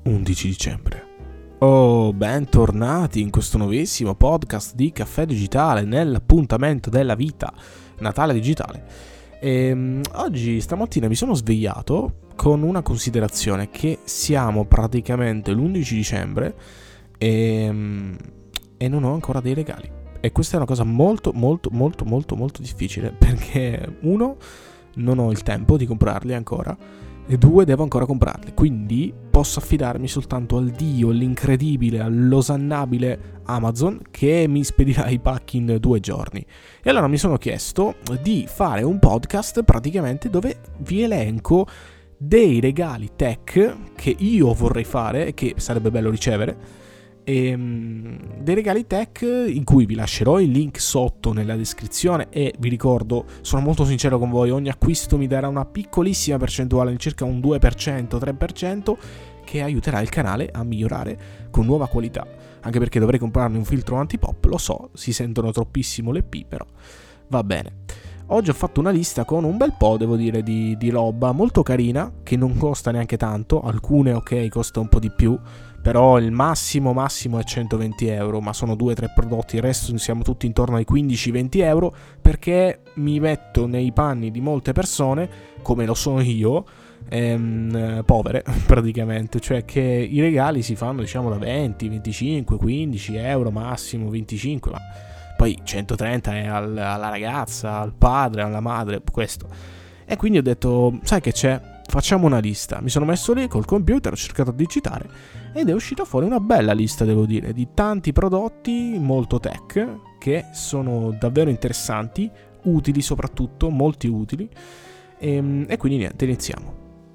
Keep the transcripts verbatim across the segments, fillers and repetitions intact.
undici dicembre. Oh, bentornati in questo nuovissimo podcast di Caffè Digitale nell'appuntamento della vita, Natale digitale. E, oggi, stamattina, mi sono svegliato con una considerazione che siamo praticamente l'undici dicembre e, e non ho ancora dei regali. E questa è una cosa molto, molto, molto, molto, molto difficile perché, uno, non ho il tempo di comprarli ancora e due, devo ancora comprarli, quindi posso affidarmi soltanto al dio, all'incredibile, all'osannabile Amazon che mi spedirà i pacchi in due giorni. E allora mi sono chiesto di fare un podcast praticamente dove vi elenco dei regali tech che io vorrei fare e che sarebbe bello ricevere, e, um, dei regali tech in cui vi lascerò il link sotto nella descrizione. E vi ricordo, sono molto sincero con voi, ogni acquisto mi darà una piccolissima percentuale, circa un due per cento, tre per cento, che aiuterà il canale a migliorare con nuova qualità, anche perché dovrei comprarmi un filtro antipop, lo so, si sentono troppissimo le P, però va bene. Oggi ho fatto una lista con un bel po', devo dire, di, di roba molto carina, che non costa neanche tanto. Alcune, ok, costa un po' di più, però il massimo massimo è centoventi euro, ma sono due o tre prodotti, il resto siamo tutti intorno ai quindici venti euro, perché mi metto nei panni di molte persone, come lo sono io, ehm, povere praticamente, cioè che i regali si fanno, diciamo, da venti, venticinque, quindici euro, massimo venticinque, ma poi centotrenta è al, alla ragazza, al padre, alla madre, questo. E quindi ho detto, sai che c'è? Facciamo una lista. Mi sono messo lì col computer, ho cercato di digitare ed è uscita fuori una bella lista, devo dire, di tanti prodotti molto tech che sono davvero interessanti, utili soprattutto, molti utili. E, e quindi niente, iniziamo.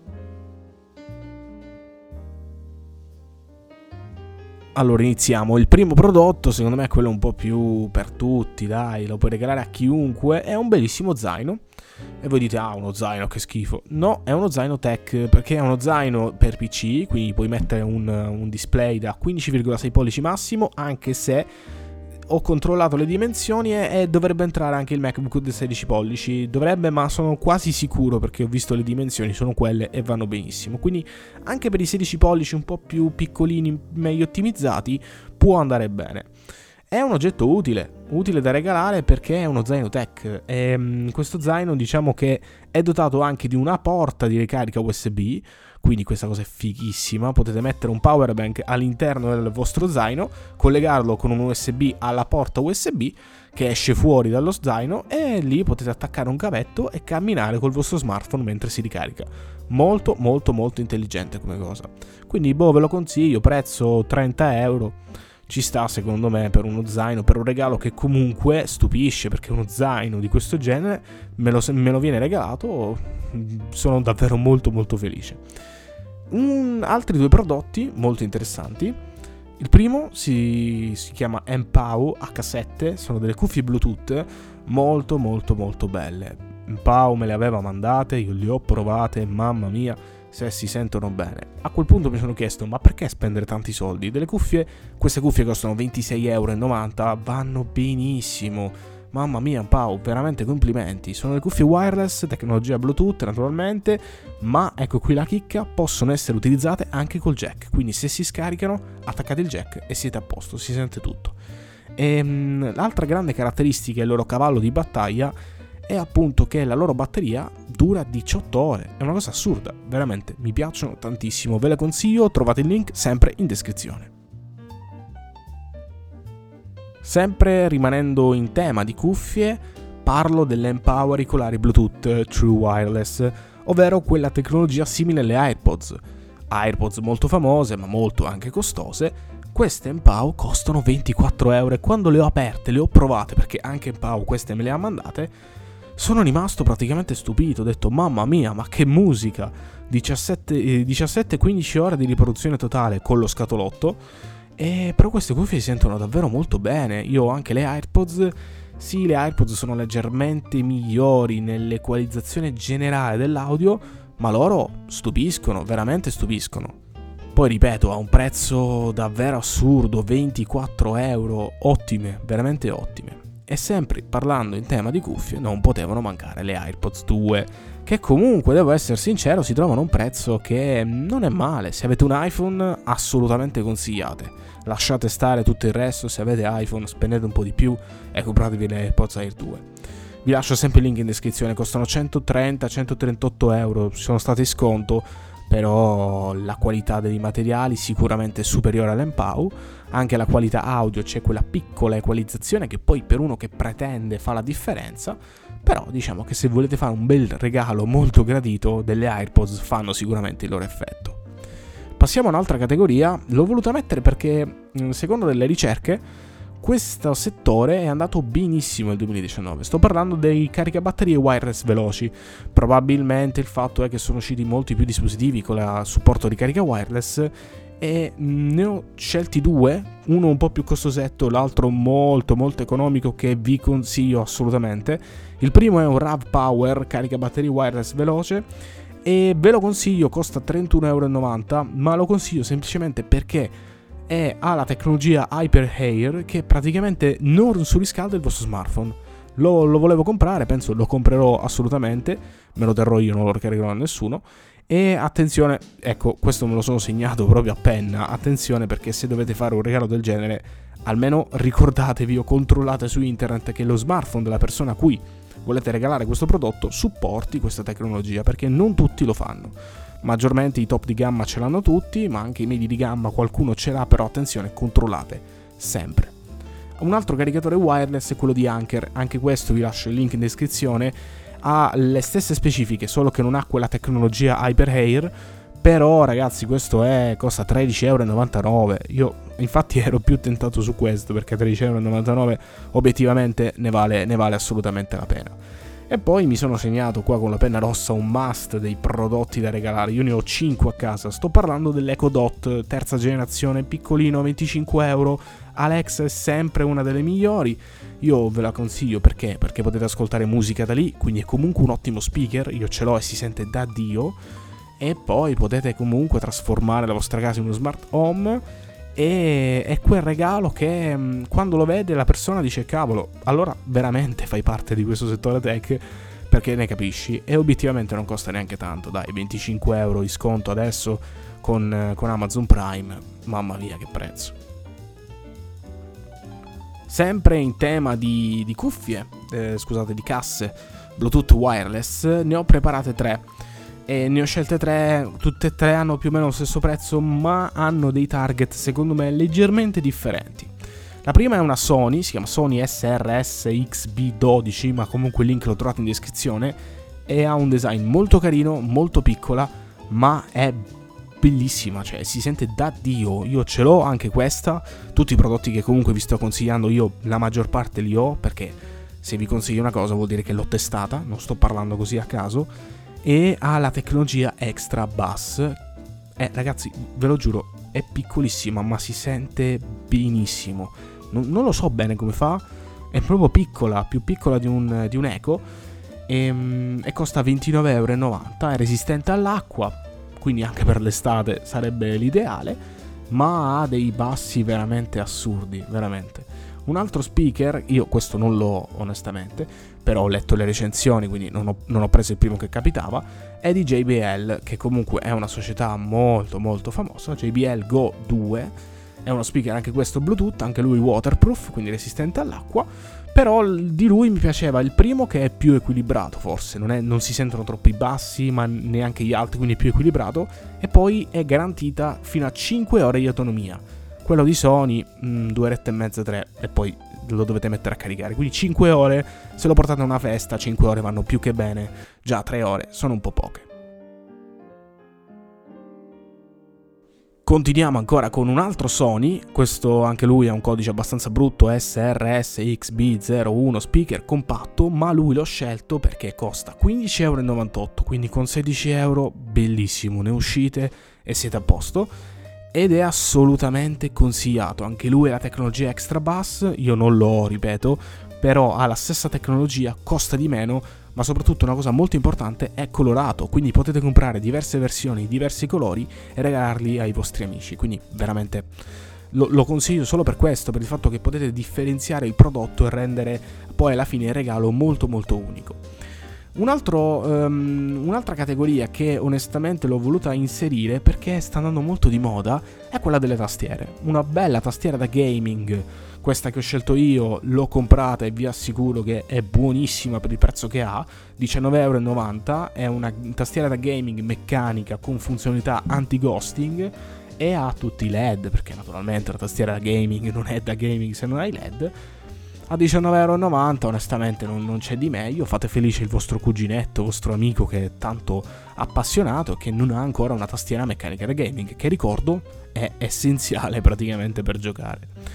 Allora iniziamo, il primo prodotto secondo me è quello un po' più per tutti, dai, lo puoi regalare a chiunque, è un bellissimo zaino. E voi dite, ah, uno zaino, che schifo. No, è uno zaino tech, perché è uno zaino per P C, quindi puoi mettere un, un display da quindici virgola sei pollici massimo, anche se ho controllato le dimensioni e, e dovrebbe entrare anche il MacBook da sedici pollici, dovrebbe, ma sono quasi sicuro perché ho visto le dimensioni, sono quelle e vanno benissimo. Quindi anche per i sedici pollici un po' più piccolini, meglio ottimizzati, può andare bene. È un oggetto utile, utile da regalare perché è uno zaino tech. E, um, questo zaino, diciamo che è dotato anche di una porta di ricarica U S B, quindi questa cosa è fighissima. Potete mettere un power bank all'interno del vostro zaino, collegarlo con un U S B alla porta U S B che esce fuori dallo zaino e lì potete attaccare un cavetto e camminare col vostro smartphone mentre si ricarica. Molto molto molto intelligente come cosa. Quindi boh, ve lo consiglio, prezzo trenta euro. Ci sta secondo me per uno zaino, per un regalo che comunque stupisce, perché uno zaino di questo genere me lo, me lo viene regalato, sono davvero molto molto felice. Un, altri due prodotti molto interessanti. Il primo si, si chiama Empau acca sette, sono delle cuffie Bluetooth molto molto molto belle. Empau me le aveva mandate, io le ho provate, mamma mia, se si sentono bene. A quel punto mi sono chiesto, ma perché spendere tanti soldi? Delle cuffie, queste cuffie costano ventisei virgola novanta euro, vanno benissimo. Mamma mia, Pau, veramente complimenti. Sono le cuffie wireless, tecnologia Bluetooth naturalmente, ma ecco qui la chicca, possono essere utilizzate anche col jack. Quindi se si scaricano, attaccate il jack e siete a posto, si sente tutto. E l'altra grande caratteristica, il loro cavallo di battaglia, è appunto che la loro batteria dura diciotto ore. È una cosa assurda, veramente, mi piacciono tantissimo, ve le consiglio, trovate il link sempre in descrizione. Sempre rimanendo in tema di cuffie, parlo dell'Empau auricolari Bluetooth True Wireless, ovvero quella tecnologia simile alle AirPods. AirPods molto famose, ma molto anche costose. Queste Empau costano ventiquattro euro e quando le ho aperte, le ho provate, perché anche Empau queste me le ha mandate, sono rimasto praticamente stupito, ho detto mamma mia, ma che musica, diciassette quindici ore di riproduzione totale con lo scatolotto, e però queste cuffie si sentono davvero molto bene. Io ho anche le AirPods, sì, le AirPods sono leggermente migliori nell'equalizzazione generale dell'audio, ma loro stupiscono, veramente stupiscono. Poi ripeto, a un prezzo davvero assurdo, ventiquattro euro, ottime, veramente ottime. E sempre parlando in tema di cuffie, non potevano mancare le AirPods due, che comunque, devo essere sincero, si trovano a un prezzo che non è male. Se avete un iPhone, assolutamente consigliate. Lasciate stare tutto il resto, se avete iPhone spendete un po' di più e compratevi le AirPods Air due. Vi lascio sempre il link in descrizione, costano centotrenta centotrentotto euro, sono stati in sconto, però la qualità dei materiali sicuramente è superiore all'Empau, anche la qualità audio, c'è quella piccola equalizzazione che poi per uno che pretende fa la differenza, però diciamo che se volete fare un bel regalo molto gradito, delle AirPods fanno sicuramente il loro effetto. Passiamo a un'altra categoria, l'ho voluta mettere perché secondo delle ricerche questo settore è andato benissimo nel duemiladiciannove. Sto parlando dei caricabatterie wireless veloci. Probabilmente il fatto è che sono usciti molti più dispositivi con il supporto di carica wireless e ne ho scelti due, uno un po' più costosetto, l'altro molto molto economico che vi consiglio assolutamente. Il primo è un RAV Power caricabatterie wireless veloce e ve lo consiglio, costa trentuno virgola novanta euro, ma lo consiglio semplicemente perché e ha la tecnologia Hyper Air che praticamente non surriscalda il vostro smartphone. Lo, lo volevo comprare, penso lo comprerò assolutamente, me lo terrò io, non lo ricaricherò a nessuno. E attenzione, ecco, questo me lo sono segnato proprio a penna, attenzione perché se dovete fare un regalo del genere, almeno ricordatevi o controllate su internet che lo smartphone della persona a cui volete regalare questo prodotto supporti questa tecnologia, perché non tutti lo fanno. Maggiormente i top di gamma ce l'hanno tutti, ma anche i medi di gamma qualcuno ce l'ha, però attenzione, controllate sempre. Un altro caricatore wireless è quello di Anker, anche questo vi lascio il link in descrizione, ha le stesse specifiche, solo che non ha quella tecnologia Hyper Air, però ragazzi questo è, costa tredici virgola novantanove euro, io infatti ero più tentato su questo perché tredici virgola novantanove euro obiettivamente ne vale, ne vale assolutamente la pena. E poi mi sono segnato qua con la penna rossa un must dei prodotti da regalare, io ne ho cinque a casa, sto parlando dell'Echo Dot terza generazione, piccolino, venticinque euro, Alexa è sempre una delle migliori, io ve la consiglio perché? Perché potete ascoltare musica da lì, quindi è comunque un ottimo speaker, io ce l'ho e si sente da Dio, e poi potete comunque trasformare la vostra casa in uno smart home, e è quel regalo che mh, quando lo vede la persona dice cavolo, allora veramente fai parte di questo settore tech, perché ne capisci, e obiettivamente non costa neanche tanto, dai, venticinque euro di sconto adesso con, con Amazon Prime, mamma mia che prezzo. Sempre in tema di, di cuffie, eh, scusate, di casse Bluetooth wireless, ne ho preparate tre. E ne ho scelte tre, tutte e tre hanno più o meno lo stesso prezzo, ma hanno dei target secondo me leggermente differenti. La prima è una Sony, si chiama Sony S R S X B dodici, ma comunque il link lo trovate in descrizione, e ha un design molto carino, molto piccola, ma è bellissima, cioè si sente da Dio. Io ce l'ho anche questa, tutti i prodotti che comunque vi sto consigliando io la maggior parte li ho, perché se vi consiglio una cosa vuol dire che l'ho testata, non sto parlando così a caso. E ha la tecnologia Extra Bass. Eh ragazzi, ve lo giuro, è piccolissima ma si sente benissimo. Non, non lo so bene come fa, è proprio piccola, più piccola di un, di un Echo, e, e costa ventinove virgola novanta euro, è resistente all'acqua, quindi anche per l'estate sarebbe l'ideale, ma ha dei bassi veramente assurdi, veramente. Un altro speaker, io questo non l'ho onestamente, però ho letto le recensioni, quindi non ho, non ho preso il primo che capitava, è di J B L, che comunque è una società molto molto famosa. J B L Go due è uno speaker anche questo Bluetooth, anche lui waterproof, quindi resistente all'acqua, però di lui mi piaceva il primo che è più equilibrato, forse, non, è, non si sentono troppi bassi ma neanche gli alti, quindi è più equilibrato, e poi è garantita fino a cinque ore di autonomia. Quello di Sony, mh, due orette e mezza, tre, e poi lo dovete mettere a caricare. Quindi cinque ore, se lo portate a una festa, cinque ore vanno più che bene. Già tre ore sono un po' poche. Continuiamo ancora con un altro Sony, questo anche lui ha un codice abbastanza brutto, S R S X B zero uno, speaker compatto, ma lui l'ho scelto perché costa quindici virgola novantotto euro, quindi con sedici euro bellissimo, ne uscite e siete a posto. Ed è assolutamente consigliato, anche lui ha la tecnologia Extra Bass, io non l'ho, ripeto, però ha la stessa tecnologia, costa di meno, ma soprattutto una cosa molto importante, è colorato, quindi potete comprare diverse versioni, diversi colori e regalarli ai vostri amici, quindi veramente lo, lo consiglio solo per questo, per il fatto che potete differenziare il prodotto e rendere poi alla fine il regalo molto molto unico. Un altro, um, un'altra categoria che onestamente l'ho voluta inserire perché sta andando molto di moda è quella delle tastiere. Una bella tastiera da gaming, questa che ho scelto io, l'ho comprata e vi assicuro che è buonissima per il prezzo che ha, diciannove e novanta euro, è una tastiera da gaming meccanica con funzionalità anti-ghosting e ha tutti i L E D, perché naturalmente la tastiera da gaming non è da gaming se non hai L E D. A diciannove e novanta euro onestamente non, non c'è di meglio, fate felice il vostro cuginetto, vostro amico che è tanto appassionato e che non ha ancora una tastiera meccanica da gaming, che ricordo è essenziale praticamente per giocare.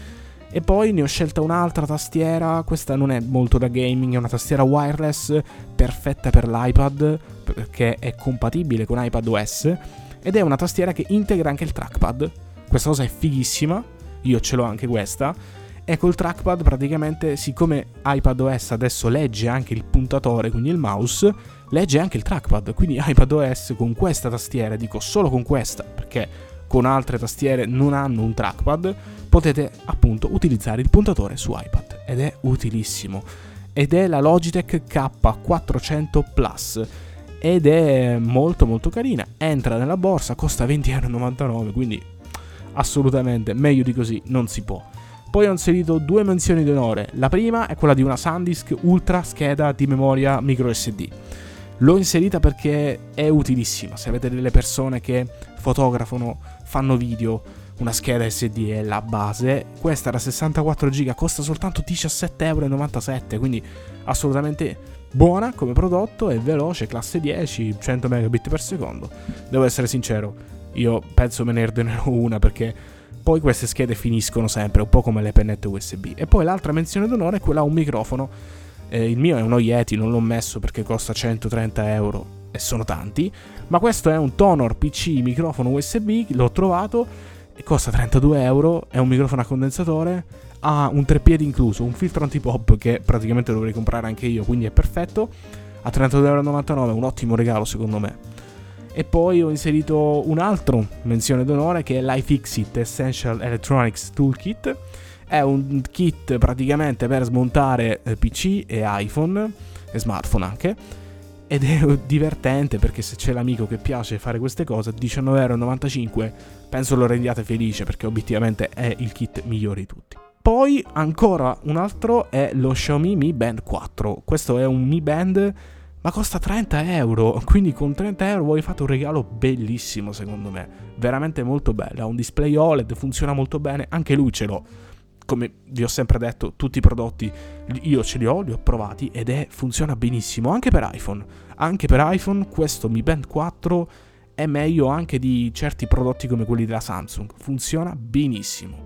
E poi ne ho scelta un'altra tastiera, questa non è molto da gaming, è una tastiera wireless perfetta per l'iPad, perché è compatibile con iPadOS, ed è una tastiera che integra anche il trackpad. Questa cosa è fighissima, io ce l'ho anche questa. E col trackpad praticamente, siccome iPadOS adesso legge anche il puntatore, quindi il mouse, legge anche il trackpad, quindi iPadOS con questa tastiera, dico solo con questa perché con altre tastiere non hanno un trackpad, potete appunto utilizzare il puntatore su iPad ed è utilissimo. Ed è la Logitech K quattrocento Plus ed è molto molto carina, entra nella borsa, costa venti e novantanove euro, quindi assolutamente meglio di così non si può. Poi ho inserito due menzioni d'onore. La prima è quella di una SanDisk Ultra scheda di memoria micro S D. L'ho inserita perché è utilissima. Se avete delle persone che fotografano, fanno video, una scheda S D è la base. Questa da sessantaquattro giga costa soltanto diciassette e novantasette euro, quindi assolutamente buona come prodotto, è veloce, classe dieci, cento megabit per secondo. Devo essere sincero, io penso me ne ordinerò una perché poi queste schede finiscono sempre, un po' come le pennette U S B. E poi l'altra menzione d'onore è quella a un microfono. Eh, il mio è uno Yeti, non l'ho messo perché costa centotrenta euro e sono tanti. Ma questo è un Tonor P C microfono U S B, l'ho trovato e costa trentadue euro. È un microfono a condensatore, ha un treppiedi incluso, un filtro antipop che praticamente dovrei comprare anche io, quindi è perfetto. A trentadue e novantanove euro, un ottimo regalo secondo me. E poi ho inserito un altro menzione d'onore che è l'iFixit Essential Electronics Toolkit. È un kit praticamente per smontare P C e iPhone e smartphone anche, ed è divertente perché se c'è l'amico che piace fare queste cose, diciannove e novantacinque euro penso lo rendiate felice perché obiettivamente è il kit migliore di tutti. Poi ancora un altro è lo Xiaomi Mi Band quattro. Questo è un Mi Band ma costa trenta euro, quindi con trenta euro voi fate un regalo bellissimo secondo me, veramente molto bello, ha un display O L E D, funziona molto bene, anche lui ce l'ho, come vi ho sempre detto, tutti i prodotti io ce li ho, li ho provati ed è, funziona benissimo, anche per iPhone, anche per iPhone questo Mi Band quattro è meglio anche di certi prodotti come quelli della Samsung, funziona benissimo.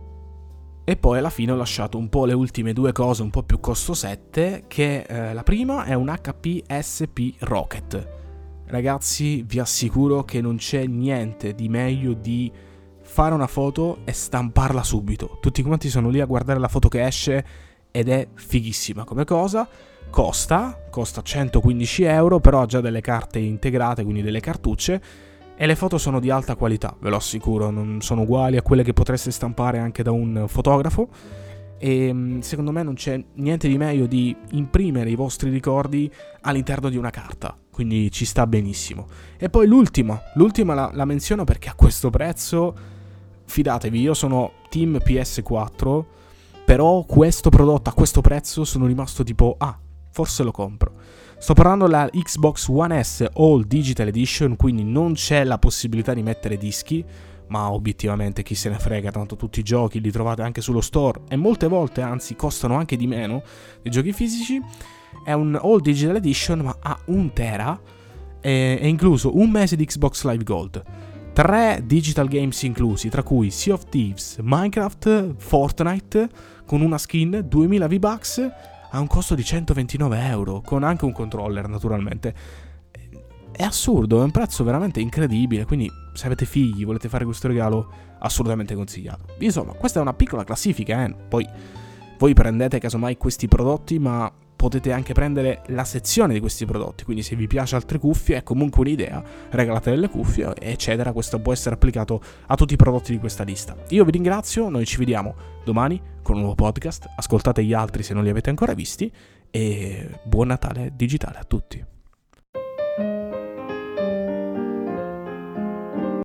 E poi alla fine ho lasciato un po' le ultime due cose un po' più costosette, che eh, la prima è un H P S P Rocket. Ragazzi, vi assicuro che non c'è niente di meglio di fare una foto e stamparla subito. Tutti quanti sono lì a guardare la foto che esce ed è fighissima come cosa. Costa, costa centoquindici euro, però ha già delle carte integrate, quindi delle cartucce. E le foto sono di alta qualità, ve lo assicuro, non sono uguali a quelle che potreste stampare anche da un fotografo. E secondo me non c'è niente di meglio di imprimere i vostri ricordi all'interno di una carta, quindi ci sta benissimo. E poi l'ultima, l'ultima la, la menziono perché a questo prezzo, fidatevi, io sono team P S quattro, però questo prodotto a questo prezzo sono rimasto tipo, ah, forse lo compro. Sto parlando della Xbox One S All Digital Edition, quindi non c'è la possibilità di mettere dischi, ma obiettivamente chi se ne frega, tanto tutti i giochi li trovate anche sullo store e molte volte anzi costano anche di meno dei giochi fisici. È un All Digital Edition ma ha un tera, è, è incluso un mese di Xbox Live Gold, tre digital games inclusi, tra cui Sea of Thieves, Minecraft, Fortnite, con una skin, duemila V-Bucks, a un costo di centoventinove euro, con anche un controller naturalmente. È assurdo, è un prezzo veramente incredibile, quindi se avete figli, volete fare questo regalo, assolutamente consigliato. Insomma, questa è una piccola classifica, eh? Poi voi prendete casomai questi prodotti, ma potete anche prendere la sezione di questi prodotti, quindi se vi piace altre cuffie è comunque un'idea, regalate delle cuffie eccetera, questo può essere applicato a tutti i prodotti di questa lista. Io vi ringrazio, noi ci vediamo domani con un nuovo podcast, ascoltate gli altri se non li avete ancora visti e buon Natale digitale a tutti.